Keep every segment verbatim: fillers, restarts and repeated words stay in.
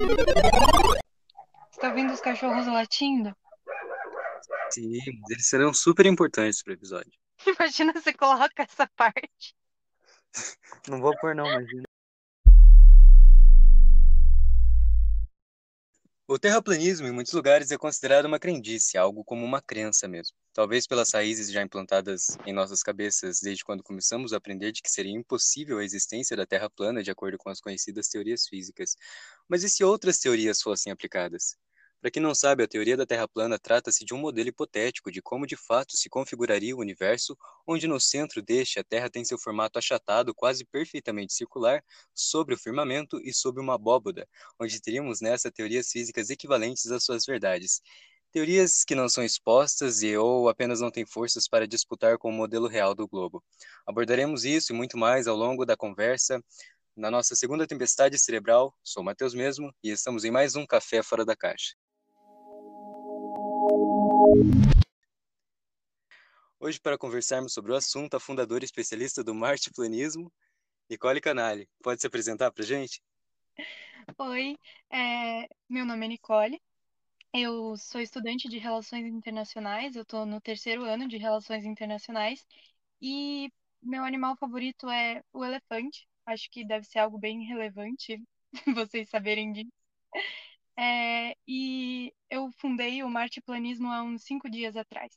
Você tá ouvindo os cachorros latindo? Sim, eles serão super importantes para o episódio. Imagina você coloca essa parte. Não vou pôr não, imagina. O terraplanismo em muitos lugares é considerado uma crendice, algo como uma crença mesmo. Talvez pelas raízes já implantadas em nossas cabeças desde quando começamos a aprender de que seria impossível a existência da Terra plana de acordo com as conhecidas teorias físicas. Mas e se outras teorias fossem aplicadas? Para quem não sabe, a teoria da Terra plana trata-se de um modelo hipotético de como de fato se configuraria o universo, onde no centro deste a Terra tem seu formato achatado, quase perfeitamente circular, sobre o firmamento e sob uma abóboda, onde teríamos nessa teorias físicas equivalentes às suas verdades. Teorias que não são expostas e ou apenas não têm forças para disputar com o modelo real do globo. Abordaremos isso e muito mais ao longo da conversa na nossa segunda tempestade cerebral. Sou Matheus mesmo e estamos em mais um Café Fora da Caixa. Hoje, para conversarmos sobre o assunto, a fundadora e especialista do martiplanismo, Nicole Canali. Pode se apresentar para gente? Oi, é, meu nome é Nicole. Eu sou estudante de Relações Internacionais. Eu tô no terceiro ano de Relações Internacionais e meu animal favorito é o elefante. Acho que deve ser algo bem relevante vocês saberem disso. É, e eu fundei o Martiplanismo há uns cinco dias atrás.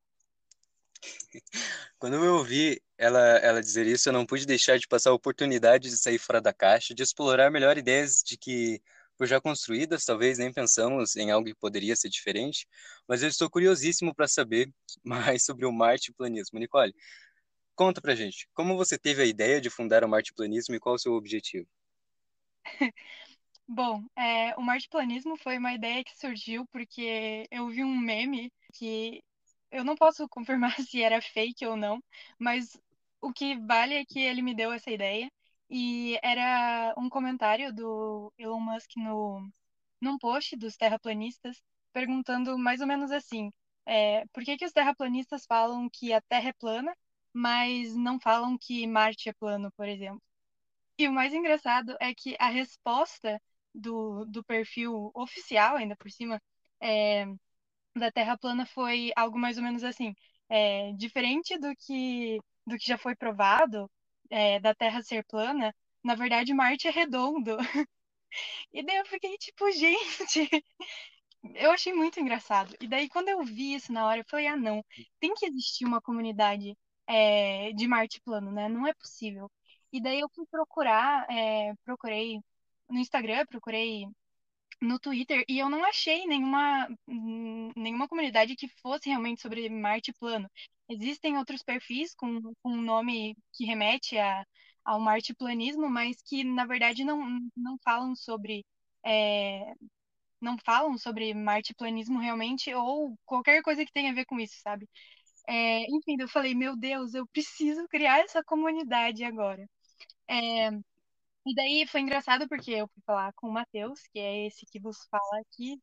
Quando eu ouvi ela, ela dizer isso, eu não pude deixar de passar a oportunidade de sair fora da caixa, de explorar melhor ideias de que, por já construídas, talvez nem pensamos em algo que poderia ser diferente, mas eu estou curiosíssimo para saber mais sobre o martiplanismo. Nicole, conta pra gente, como você teve a ideia de fundar o martiplanismo e qual o seu objetivo? Bom, é, o martiplanismo foi uma ideia que surgiu porque eu vi um meme que eu não posso confirmar se era fake ou não, mas o que vale é que ele me deu essa ideia e era um comentário do Elon Musk no, num post dos terraplanistas perguntando mais ou menos assim, é, por que que os terraplanistas falam que a Terra é plana, mas não falam que Marte é plano, por exemplo? E o mais engraçado é que a resposta do, do perfil oficial, ainda por cima, é, da Terra plana foi algo mais ou menos assim. É, diferente do que, do que já foi provado, é, da Terra ser plana, na verdade Marte é redondo. E daí eu fiquei tipo, gente, eu achei muito engraçado. E daí quando eu vi isso na hora, eu falei, ah, não, tem que existir uma comunidade, é, de Marte plano, né? Não é possível. E daí eu fui procurar, é, procurei no Instagram, procurei no Twitter e eu não achei nenhuma, hum, nenhuma comunidade que fosse realmente sobre Marte plano. Existem outros perfis com, com um nome que remete a, ao martiplanismo, mas que na verdade não, não falam sobre. é, não falam sobre martiplanismo realmente ou qualquer coisa que tenha a ver com isso, sabe? É, enfim, eu falei, meu Deus, eu preciso criar essa comunidade agora. É, e daí foi engraçado porque eu fui falar com o Matheus, que é esse que vos fala aqui,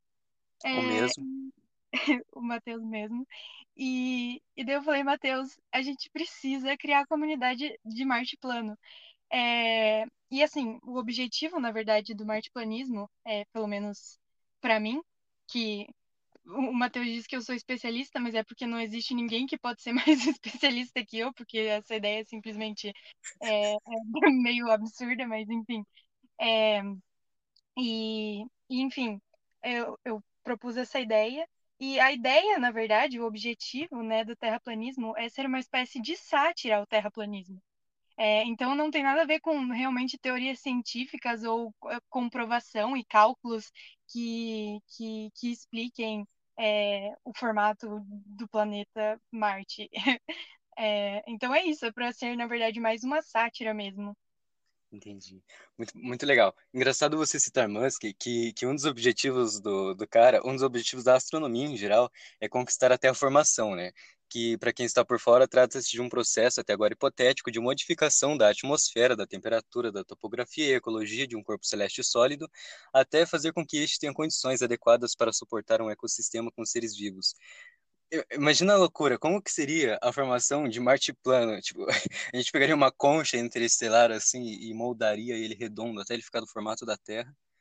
O é, mesmo. o Matheus mesmo. E, e daí eu falei, Matheus, a gente precisa criar a comunidade de Marte Plano. É, e assim, o objetivo, na verdade, do martiplanismo, é, pelo menos para mim, que o Matheus disse que eu sou especialista, mas é porque não existe ninguém que pode ser mais especialista que eu, porque essa ideia é simplesmente é, é meio absurda, mas enfim. É, e, e, enfim, eu, eu propus essa ideia. E a ideia, na verdade, o objetivo, né, do terraplanismo é ser uma espécie de sátira ao terraplanismo. É, então não tem nada a ver com realmente teorias científicas ou eh, comprovação e cálculos que, que, que expliquem é, o formato do planeta Marte. É, então é isso, é para ser, na verdade, mais uma sátira mesmo. Entendi. Muito, muito legal. Engraçado você citar Musk, que, que um dos objetivos do, do cara, um dos objetivos da astronomia em geral, é conquistar a terraformação, né? Que, para quem está por fora, trata-se de um processo, até agora hipotético, de modificação da atmosfera, da temperatura, da topografia e ecologia de um corpo celeste sólido, até fazer com que este tenha condições adequadas para suportar um ecossistema com seres vivos. Eu- Imagina a loucura, como que seria a formação de Marte plano? Tipo, a gente pegaria uma concha interestelar assim e moldaria ele redondo até ele ficar do formato da Terra.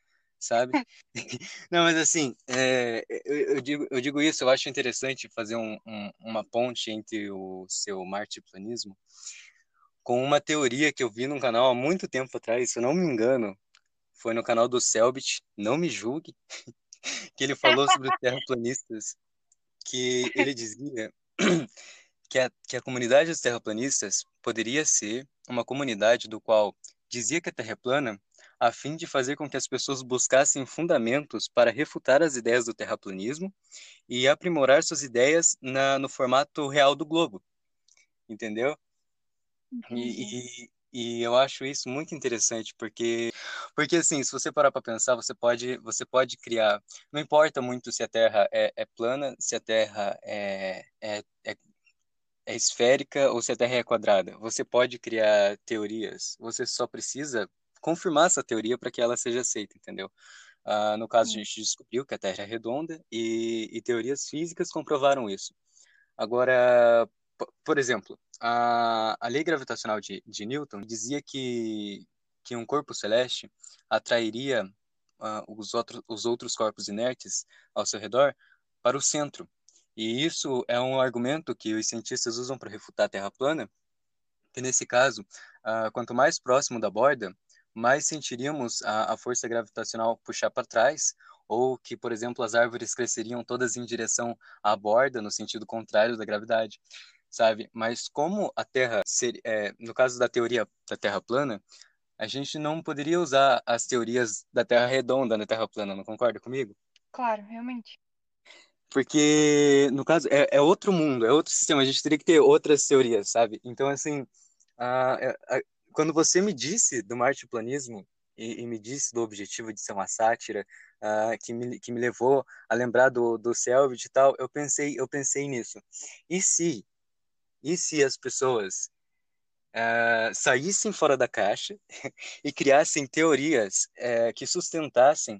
sabe? Não, mas assim, é, eu, eu digo, eu digo isso, eu acho interessante fazer um, um- uma ponte entre o seu martiplanismo com uma teoria que eu vi num canal há muito tempo atrás, se eu não me engano, foi no canal do Selbit, não me julgue, que ele falou sobre os terraplanistas, que ele dizia que a, que a comunidade dos terraplanistas poderia ser uma comunidade do qual dizia que a Terra é plana, a fim de fazer com que as pessoas buscassem fundamentos para refutar as ideias do terraplanismo e aprimorar suas ideias na, no formato real do globo, entendeu? Entendi. E, e, e eu acho isso muito interessante, porque, porque assim, se você parar para pensar, você pode, você pode criar, não importa muito se a Terra é, é plana, se a Terra é, é, é é esférica ou se a Terra é quadrada. Você pode criar teorias, você só precisa confirmar essa teoria para que ela seja aceita, entendeu? Ah, no caso, a Sim, gente descobriu que a Terra é redonda e, e teorias físicas comprovaram isso. Agora, p- por exemplo, a, a lei gravitacional de, de Newton dizia que, que um corpo celeste atrairia ah, os, outros, os outros corpos inertes ao seu redor para o centro. E isso é um argumento que os cientistas usam para refutar a Terra plana, que nesse caso, ah, quanto mais próximo da borda, mais sentiríamos a, a força gravitacional puxar para trás, ou que, por exemplo, as árvores cresceriam todas em direção à borda, no sentido contrário da gravidade, sabe? Mas como a Terra, ser, é, no caso da teoria da Terra plana, a gente não poderia usar as teorias da Terra redonda na Terra plana, não concorda comigo? claro, realmente. Porque, no caso, é, é outro mundo, é outro sistema, a gente teria que ter outras teorias, sabe? Então, assim, a, a, quando você me disse do martiplanismo e, e me disse do objetivo de ser uma sátira, ah, que me, que me levou a lembrar do, do Selbit e tal, eu pensei, eu pensei nisso. E se, e se as pessoas ah, saíssem fora da caixa e criassem teorias eh, que sustentassem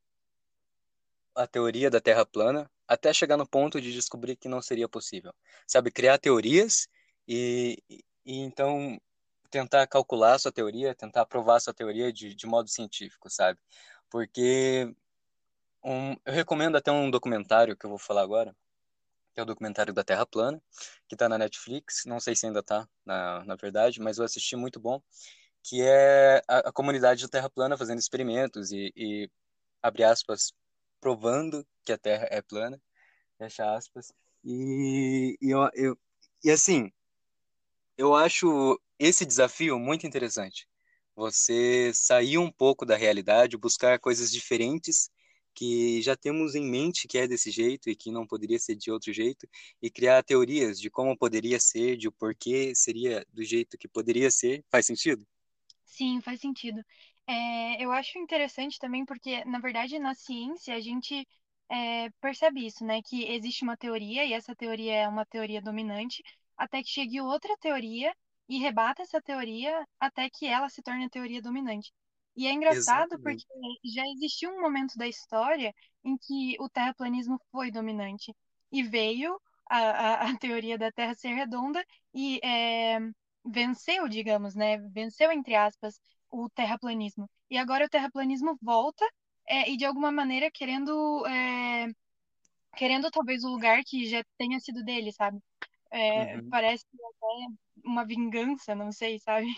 a teoria da Terra plana até chegar no ponto de descobrir que não seria possível. Sabe, criar teorias e, e, e então tentar calcular a sua teoria, tentar provar a sua teoria de, de modo científico, sabe? Porque um, eu recomendo até um documentário que eu vou falar agora, que é o documentário da Terra plana, que está na Netflix, não sei se ainda está, na, na verdade, mas eu assisti, muito bom, que é a, a comunidade da Terra plana fazendo experimentos e, e abre aspas, provando que a Terra é plana, fecha aspas. E, e, eu, eu, e assim, eu acho esse desafio muito interessante. Você sair um pouco da realidade, buscar coisas diferentes que já temos em mente que é desse jeito e que não poderia ser de outro jeito, e criar teorias de como poderia ser, de o porquê seria do jeito que poderia ser. Faz sentido? Sim, faz sentido. É, eu acho interessante também porque, na verdade, na ciência a gente é, percebe isso, né? Que existe uma teoria e essa teoria é uma teoria dominante, até que chegue outra teoria e rebata essa teoria até que ela se torne a teoria dominante. E é engraçado porque Exatamente. já existiu um momento da história em que o terraplanismo foi dominante e veio a, a, a teoria da Terra ser redonda e é, venceu, digamos, né? Venceu, entre aspas, o terraplanismo. E agora o terraplanismo volta é, e, de alguma maneira, querendo, é, querendo talvez o lugar que já tenha sido dele, sabe? É, Uhum. parece até uma vingança, não sei, sabe?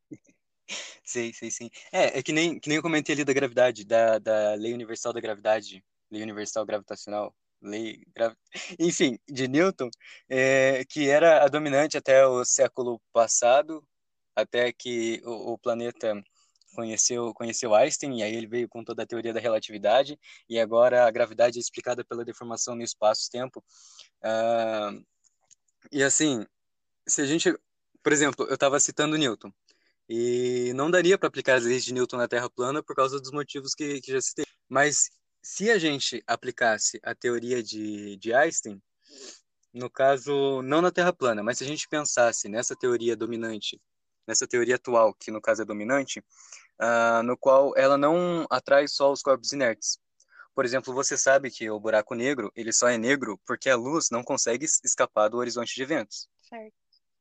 Sei, sei, sim. É, é que nem, que nem eu comentei ali da gravidade, da, da lei universal da gravidade, lei universal gravitacional, lei, gra... enfim, de Newton, é, que era a dominante até o século passado, até que o, o planeta conheceu, conheceu Einstein, e aí ele veio com toda a teoria da relatividade, e agora a gravidade é explicada pela deformação no espaço-tempo. Ah, e assim, se a gente, por exemplo, eu estava citando Newton, e não daria para aplicar as leis de Newton na Terra plana por causa dos motivos que, que já citei. Mas se a gente aplicasse a teoria de, de Einstein, no caso, não na Terra plana, mas se a gente pensasse nessa teoria dominante, nessa teoria atual, que no caso é dominante, uh, no qual ela não atrai só os corpos inertes. Por exemplo, você sabe que o buraco negro, ele só é negro porque a luz não consegue escapar do horizonte de eventos. Certo.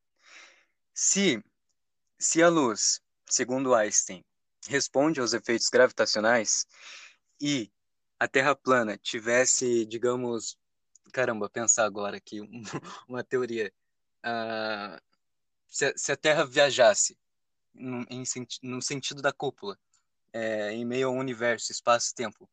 Se Se a luz, segundo Einstein, responde aos efeitos gravitacionais, e a Terra plana tivesse, digamos, caramba, pensar agora aqui um- uma teoria. Ah, se, a- se a Terra viajasse no, em, senti- no sentido da cúpula, é, em meio ao universo, espaço-tempo,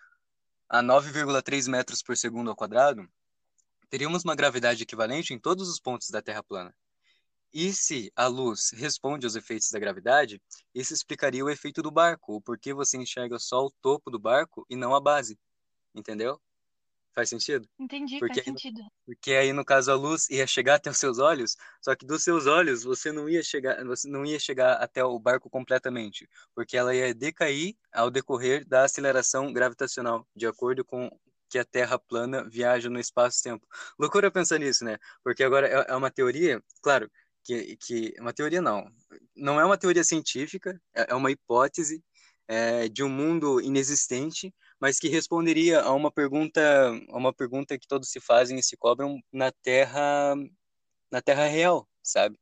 a nove vírgula três metros por segundo ao quadrado, teríamos uma gravidade equivalente em todos os pontos da Terra plana. E se a luz responde aos efeitos da gravidade, isso explicaria o efeito do barco, o porquê você enxerga só o topo do barco e não a base, entendeu? Faz sentido? Entendi, Porque faz aí, sentido. porque aí, no caso, a luz ia chegar até os seus olhos, só que dos seus olhos você não ia chegar, você não ia chegar até o barco completamente, porque ela ia decair ao decorrer da aceleração gravitacional, de acordo com que a Terra plana viaja no espaço-tempo. Loucura pensar nisso, né? Porque agora é é uma teoria, claro, que, que uma teoria não, não é uma teoria científica, é é uma hipótese é, de um mundo inexistente, mas que responderia a uma pergunta, a uma pergunta que todos se fazem e se cobram na Terra, na Terra real, sabe?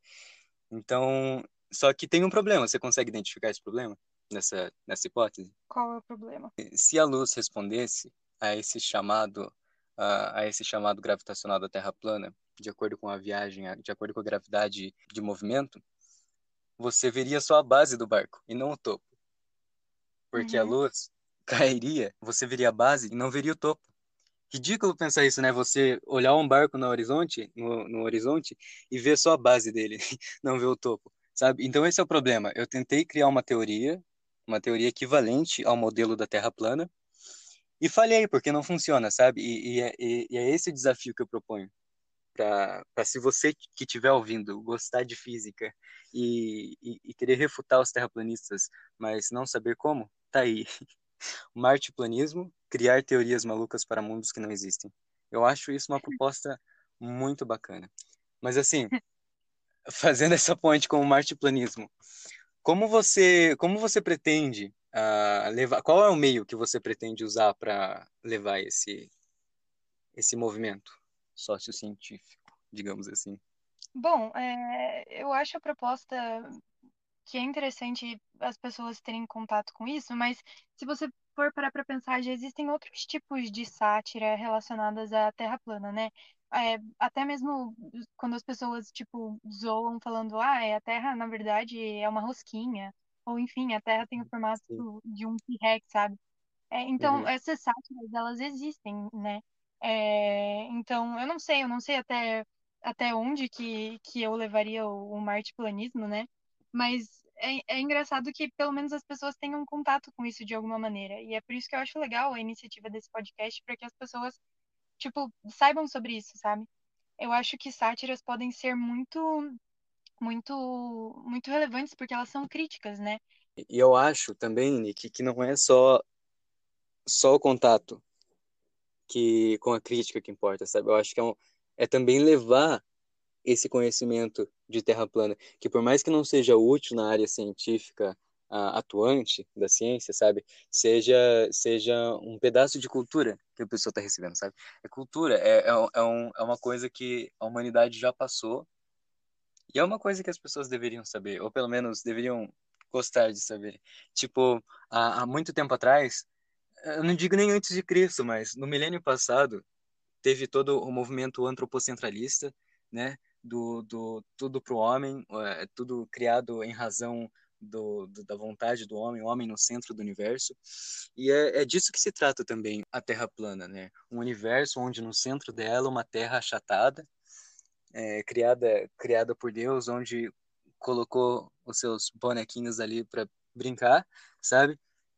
Então, só que tem um problema. Você consegue identificar esse problema nessa nessa hipótese? Qual é o problema? Se a luz respondesse a esse chamado, a, a esse chamado gravitacional da Terra plana, de acordo com a viagem, de acordo com a gravidade de movimento, você veria só a base do barco e não o topo, porque a Uhum. luz cairia, você veria a base e não veria o topo. Ridículo pensar isso, né? Você olhar um barco no horizonte, no, no horizonte e ver só a base dele, não ver o topo, sabe? Então esse é o problema. Eu tentei criar uma teoria, uma teoria equivalente ao modelo da Terra plana e falhei porque não funciona, sabe? E, e, é, e e é esse o desafio que eu proponho para para se você que estiver ouvindo gostar de física e, e, e querer refutar os terraplanistas, mas não saber como, tá aí. Martiplanismo, criar teorias malucas para mundos que não existem. Eu acho isso uma proposta muito bacana. Mas assim, fazendo essa ponte com o martiplanismo, como você, como você pretende ah, levar? Qual é o meio que você pretende usar para levar esse esse movimento sociocientífico, digamos assim? Bom, é, eu acho a proposta que é interessante as pessoas terem contato com isso, mas se você for parar para pensar, já existem outros tipos de sátira relacionadas à Terra plana, né? É, até mesmo quando as pessoas, tipo, zoam falando, ah, é, a Terra, na verdade, é uma rosquinha, ou enfim, a Terra tem o formato Sim. de um T-Rex, sabe? É, então, Uhum. essas sátiras, elas existem, né? É, então, eu não sei, eu não sei até, até onde que, que eu levaria o, o martiplanismo, né? Mas é, é engraçado que pelo menos as pessoas tenham contato com isso de alguma maneira. E é por isso que eu acho legal a iniciativa desse podcast, para que as pessoas, tipo, saibam sobre isso, sabe? Eu acho que sátiras podem ser muito, muito, muito relevantes, porque elas são críticas, né? E eu acho também, Nick, que não é só só o contato que com a crítica que importa, sabe? Eu acho que é, um, é também levar esse conhecimento de Terra plana, que por mais que não seja útil na área científica ah, atuante da ciência, sabe? Seja seja um pedaço de cultura que a pessoa está recebendo, sabe? É cultura, é, é, um, é um- é uma coisa que a humanidade já passou e é uma coisa que as pessoas deveriam saber, ou pelo menos deveriam gostar de saber. Tipo, há, há muito tempo atrás, eu não digo nem antes de Cristo, mas no milênio passado, teve todo o movimento antropocentralista, né? Do, do tudo para o homem, é, tudo criado em razão do, do, da vontade do homem, o homem no centro do universo. E é, é disso que se trata também a Terra plana, né? Um universo onde no centro dela uma Terra achatada, é, criada criada por Deus, onde colocou os seus bonequinhos ali para brincar, sabe?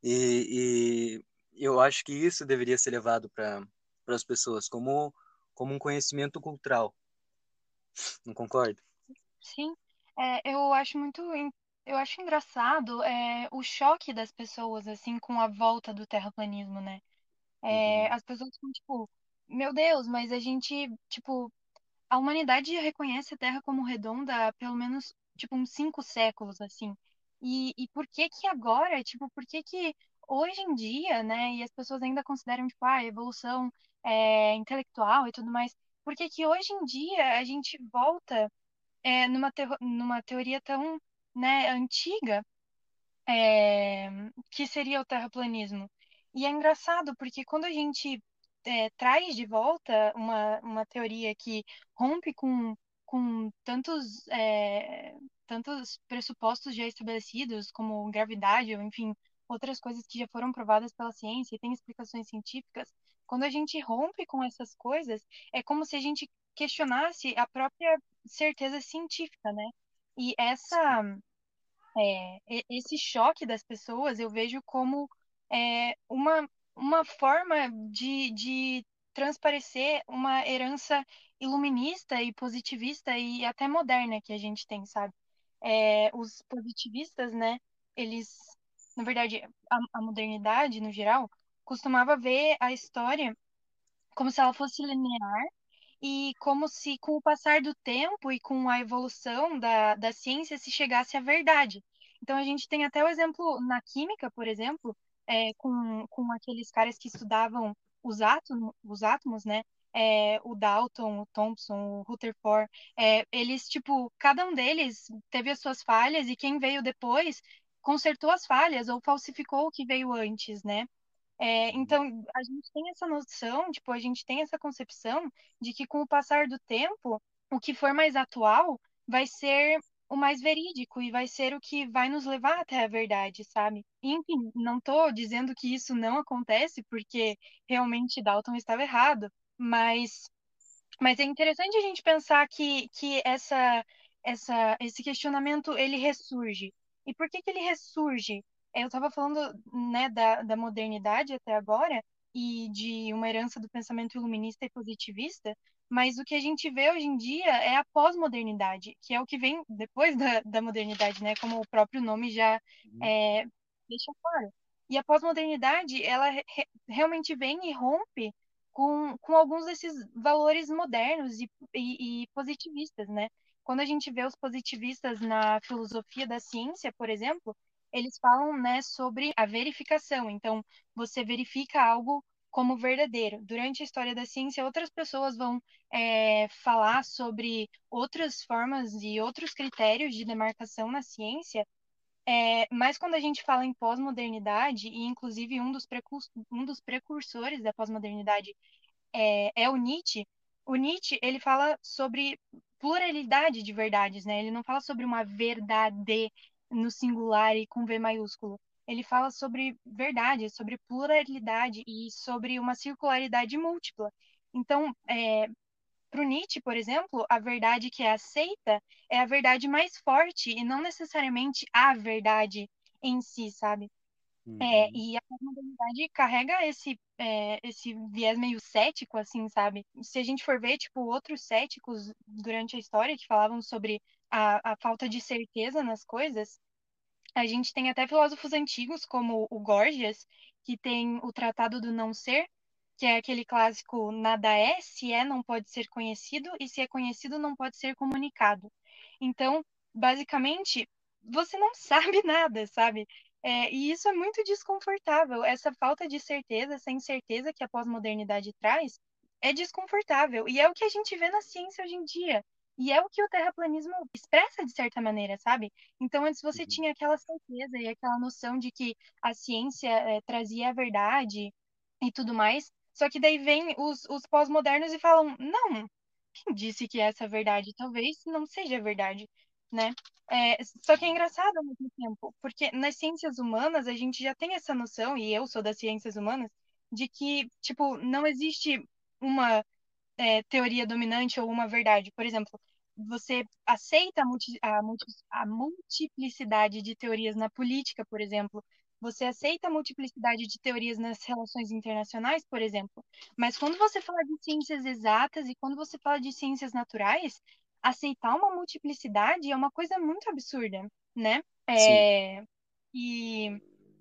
E, e eu acho que isso deveria ser levado para para as pessoas como como um conhecimento cultural, não concorda? Sim, é, eu acho muito, en- eu acho engraçado é, o choque das pessoas, assim, com a volta do terraplanismo, né? É, Uhum. as pessoas ficam, tipo, meu Deus, mas a gente, tipo, a humanidade já reconhece a Terra como redonda há pelo menos, tipo, uns cinco séculos, assim. E, e por que que agora, tipo, por que que hoje em dia, né, e as pessoas ainda consideram, tipo, a evolução é, intelectual e tudo mais, por que que hoje em dia a gente volta é, numa, teo- numa teoria tão, né, antiga, é, que seria o terraplanismo. E é engraçado, porque quando a gente é, traz de volta uma, uma teoria que rompe com, com tantos, é, tantos pressupostos já estabelecidos, como gravidade, ou enfim, outras coisas que já foram provadas pela ciência e têm explicações científicas, quando a gente rompe com essas coisas, é como se a gente questionasse a própria certeza científica, né? E Sim. essa é, e- esse choque das pessoas eu vejo como é, uma, uma forma de, de transparecer uma herança iluminista e positivista e até moderna que a gente tem, sabe? É, os positivistas, né, eles, na verdade, a, a modernidade, no geral, costumava ver a história como se ela fosse linear e como se, com o passar do tempo e com a evolução da, da ciência, se chegasse à verdade. Então, a gente tem até o exemplo na química, por exemplo, é, com, com aqueles caras que estudavam os átomos, os átomos, né? É, o Dalton, o Thomson, o Rutherford, é, eles, tipo, cada um deles teve as suas falhas e quem veio depois consertou as falhas ou falsificou o que veio antes, né? É, Uhum. então, a gente tem essa noção, tipo, a gente tem essa concepção de que com o passar do tempo, o que for mais atual vai ser o mais verídico e vai ser o que vai nos levar até a verdade, sabe? Enfim, não estou dizendo que isso não acontece, porque realmente Dalton estava errado, mas mas é interessante a gente pensar que, que essa, essa, esse questionamento ele ressurge. E por que que ele ressurge? Eu estava falando, né, da, da modernidade até agora e de uma herança do pensamento iluminista e positivista, mas o que a gente vê hoje em dia é a pós-modernidade, que é o que vem depois da, da modernidade, né, como o próprio nome já Uhum. é, deixa claro. E a pós-modernidade, ela re- realmente vem e rompe com, com alguns desses valores modernos e, e, e positivistas, né? Quando a gente vê os positivistas na filosofia da ciência, por exemplo, eles falam, né, sobre a verificação. Então, você verifica algo como verdadeiro. Durante a história da ciência, outras pessoas vão é, falar sobre outras formas e outros critérios de demarcação na ciência, é, mas quando a gente fala em pós-modernidade, e inclusive um dos, precur- um dos precursores da pós-modernidade é, é o Nietzsche, o Nietzsche, ele fala sobre pluralidade de verdades, né? Ele não fala sobre uma verdade no singular e com V maiúsculo. Ele fala sobre verdade, sobre pluralidade e sobre uma circularidade múltipla. Então, é, para o Nietzsche, por exemplo, a verdade que é aceita é a verdade mais forte e não necessariamente a verdade em si, sabe? É, Uhum. e a pós-modernidade carrega esse, é, esse viés meio cético, assim, sabe? Se a gente for ver, tipo, outros céticos durante a história que falavam sobre a, a falta de certeza nas coisas, a gente tem até filósofos antigos, como o Gorgias, que tem o Tratado do Não Ser, que é aquele clássico nada é, se é, não pode ser conhecido, e se é conhecido, não pode ser comunicado. Então, basicamente, você não sabe nada, sabe? É, e isso é muito desconfortável. Essa falta de certeza, essa incerteza que a pós-modernidade traz, é desconfortável. E é o que a gente vê na ciência hoje em dia. E é o que o terraplanismo expressa de certa maneira, sabe? Então, antes você Uhum. tinha aquela certeza e aquela noção de que a ciência eh, trazia a verdade e tudo mais. Só que daí vem os, os pós-modernos e falam: não, quem disse que essa é a verdade? Talvez não seja verdade, né? É, só que é engraçado ao mesmo tempo, porque nas ciências humanas a gente já tem essa noção, e eu sou das ciências humanas, de que, tipo, não existe uma é, teoria dominante ou uma verdade. Por exemplo, você aceita a, multi, a, multi, a multiplicidade de teorias na política, por exemplo. Você aceita a multiplicidade de teorias nas relações internacionais, por exemplo. Mas quando você fala de ciências exatas e quando você fala de ciências naturais, aceitar uma multiplicidade é uma coisa muito absurda, né? Sim. É, e,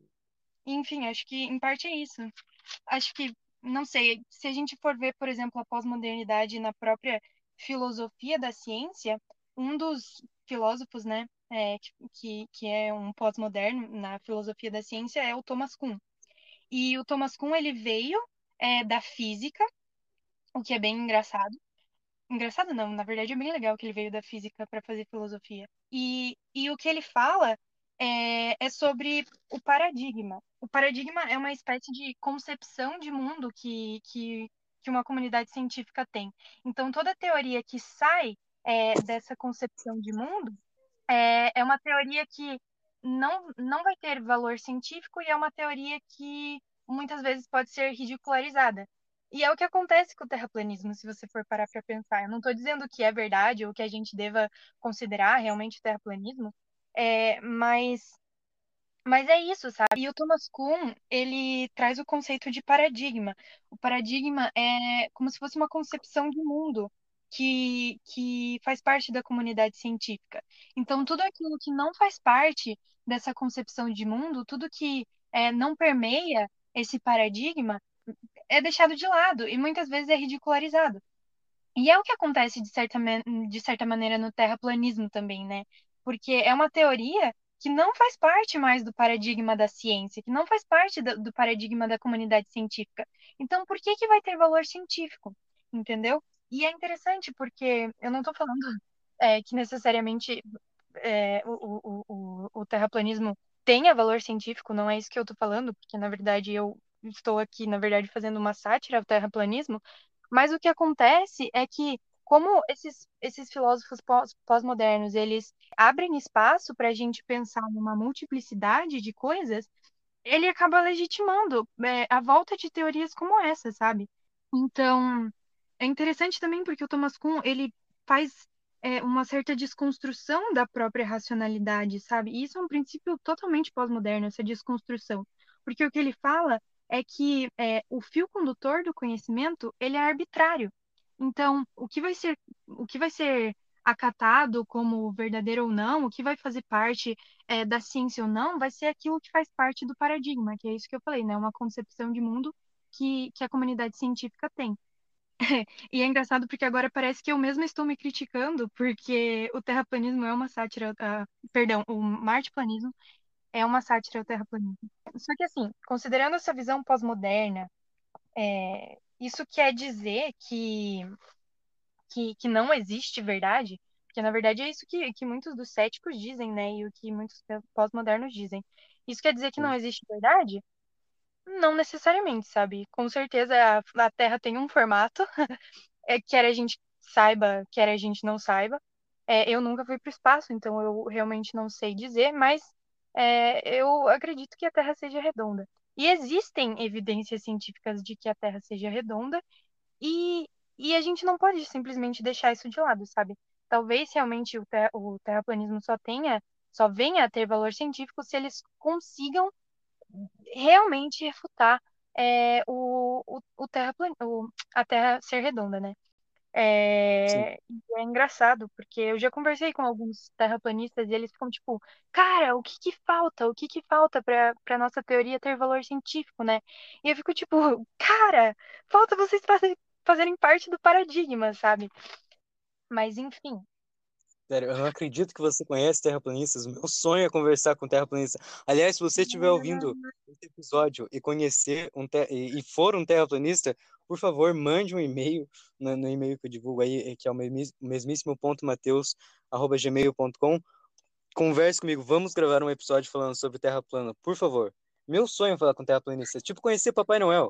enfim, acho que em parte é isso. Acho que, não sei, se a gente for ver, por exemplo, a pós-modernidade na própria filosofia da ciência, um dos filósofos, né, é, que, que que é um pós-moderno na filosofia da ciência é o Thomas Kuhn. E o Thomas Kuhn, ele veio é, da física, o que é bem engraçado. Engraçado não, na verdade é bem legal que ele veio da física para fazer filosofia. E, e o que ele fala é, é sobre o paradigma. O paradigma é uma espécie de concepção de mundo que, que, que uma comunidade científica tem. Então, toda teoria que sai é, dessa concepção de mundo é, é uma teoria que não, não vai ter valor científico e é uma teoria que muitas vezes pode ser ridicularizada. E é o que acontece com o terraplanismo, se você for parar para pensar. Eu não estou dizendo que é verdade ou que a gente deva considerar realmente o terraplanismo, é, mas mas é isso, sabe? E o Thomas Kuhn, ele traz o conceito de paradigma. O paradigma é como se fosse uma concepção de mundo que, que faz parte da comunidade científica. Então, tudo aquilo que não faz parte dessa concepção de mundo, tudo que é, não permeia esse paradigma, é deixado de lado e muitas vezes é ridicularizado. E é o que acontece de certa, ma- de certa maneira no terraplanismo também, né? Porque é uma teoria que não faz parte mais do paradigma da ciência, que não faz parte do, do paradigma da comunidade científica. Então, por que que vai ter valor científico? Entendeu? E é interessante porque eu não estou falando é, que necessariamente é, o, o, o, o terraplanismo tenha valor científico, não é isso que eu estou falando, porque na verdade eu estou aqui, na verdade, fazendo uma sátira ao terraplanismo, mas o que acontece é que, como esses, esses filósofos pós- pós-modernos, eles abrem espaço para a gente pensar numa multiplicidade de coisas, ele acaba legitimando, é, a volta de teorias como essa, sabe? Então, é interessante também porque o Thomas Kuhn, ele faz é, uma certa desconstrução da própria racionalidade, sabe? E isso é um princípio totalmente pós-moderno, essa desconstrução. Porque o que ele fala é que é, o fio condutor do conhecimento, ele é arbitrário. Então, o que vai ser, o que vai ser acatado como verdadeiro ou não, o que vai fazer parte é, da ciência ou não, vai ser aquilo que faz parte do paradigma, que é isso que eu falei, né? Uma concepção de mundo que, que a comunidade científica tem. E é engraçado porque agora parece que eu mesma estou me criticando, porque o terraplanismo é uma sátira, ah, perdão, o martiplanismo é uma sátira ao terraplanismo. Só que assim, considerando essa visão pós-moderna, é, isso quer dizer que, que, que não existe verdade? Porque na verdade é isso que, que muitos dos céticos dizem, né? E o que muitos pós-modernos dizem. Isso quer dizer que não Sim. existe verdade? Não necessariamente, sabe? Com certeza a, a Terra tem um formato, é, quer a gente saiba, quer a gente não saiba. É, eu nunca fui para o espaço, então eu realmente não sei dizer, mas é, eu acredito que a Terra seja redonda. E existem evidências científicas de que a Terra seja redonda, e, e a gente não pode simplesmente deixar isso de lado, sabe? Talvez realmente o, ter, o terraplanismo só tenha, só venha a ter valor científico se eles consigam realmente refutar é, o, o, o terraplan... o, a Terra ser redonda, né? Sim. É, e é engraçado, porque eu já conversei com alguns terraplanistas e eles ficam tipo, cara, o que que falta? O que que falta para para nossa teoria ter valor científico, né? E eu fico tipo, cara, falta vocês fazer, fazerem parte do paradigma, sabe? Mas enfim. Sério, eu não acredito que você conhece terraplanistas. Meu sonho é conversar com terraplanista. Aliás, se você estiver ouvindo esse episódio e conhecer um te- e e for um terraplanista, por favor, mande um e-mail no, no e-mail que eu divulgo aí, que é o mesmis- mesmíssimo ponto mateus arroba gmail ponto com. Converse comigo, vamos gravar um episódio falando sobre terra plana, por favor. Meu sonho é falar com terraplanista, tipo conhecer Papai Noel.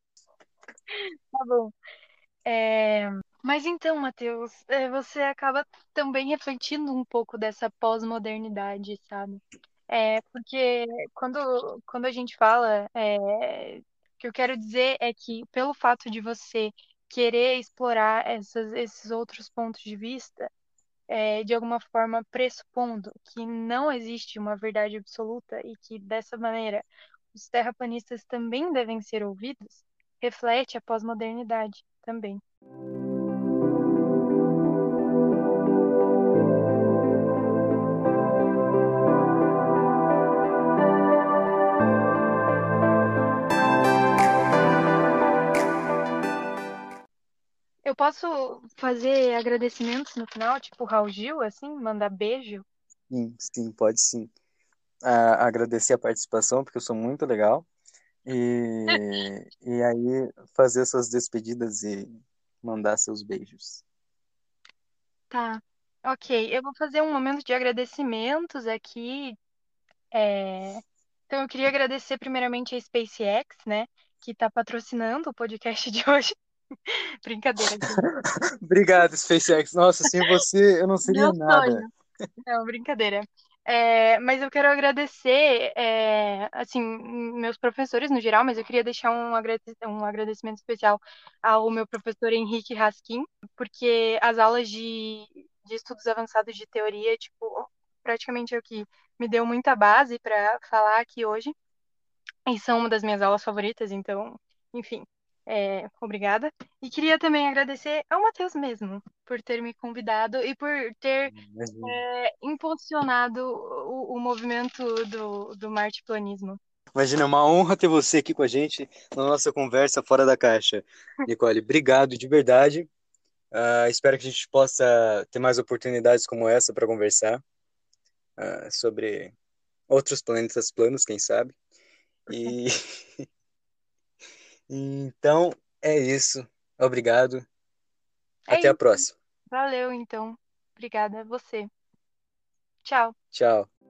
Tá bom. É, mas então, Matheus, é, você acaba também refletindo um pouco dessa pós-modernidade, sabe? É, porque quando, quando a gente fala, é, o que eu quero dizer é que pelo fato de você querer explorar essas, esses outros pontos de vista, é, de alguma forma pressupondo que não existe uma verdade absoluta e que dessa maneira os terraplanistas também devem ser ouvidos, reflete a pós-modernidade também. Eu posso fazer agradecimentos no final, tipo Raul Gil, assim, mandar beijo? Sim, sim, pode sim. Ah, agradecer a participação, porque eu sou muito legal. E, e aí fazer suas despedidas e mandar seus beijos. Tá. Ok, eu vou fazer um momento de agradecimentos aqui É, Então, eu queria agradecer primeiramente a SpaceX, né, que está patrocinando o podcast de hoje. Brincadeira aqui. Obrigado, SpaceX. Nossa, sem você eu não seria Meu nada. sonho. Não, brincadeira. É, mas eu quero agradecer, é, assim, meus professores no geral, mas eu queria deixar um, agrade- um agradecimento especial ao meu professor Henrique Raskin, porque as aulas de, de estudos avançados de teoria, tipo, praticamente é o que me deu muita base para falar aqui hoje. E são uma das minhas aulas favoritas, então, enfim, é, obrigada. E queria também agradecer ao Matheus mesmo, por ter me convidado e por ter Imagina. é, impulsionado o, o movimento do, do martiplanismo. Imagina, é uma honra ter você aqui com a gente na nossa conversa fora da caixa. Nicole, obrigado de verdade. Ah, espero que a gente possa ter mais oportunidades como essa para conversar ah, sobre outros planetas planos, quem sabe. E então é isso. Obrigado. É Até a isso. próxima. Valeu, então. Obrigada a você. Tchau. Tchau.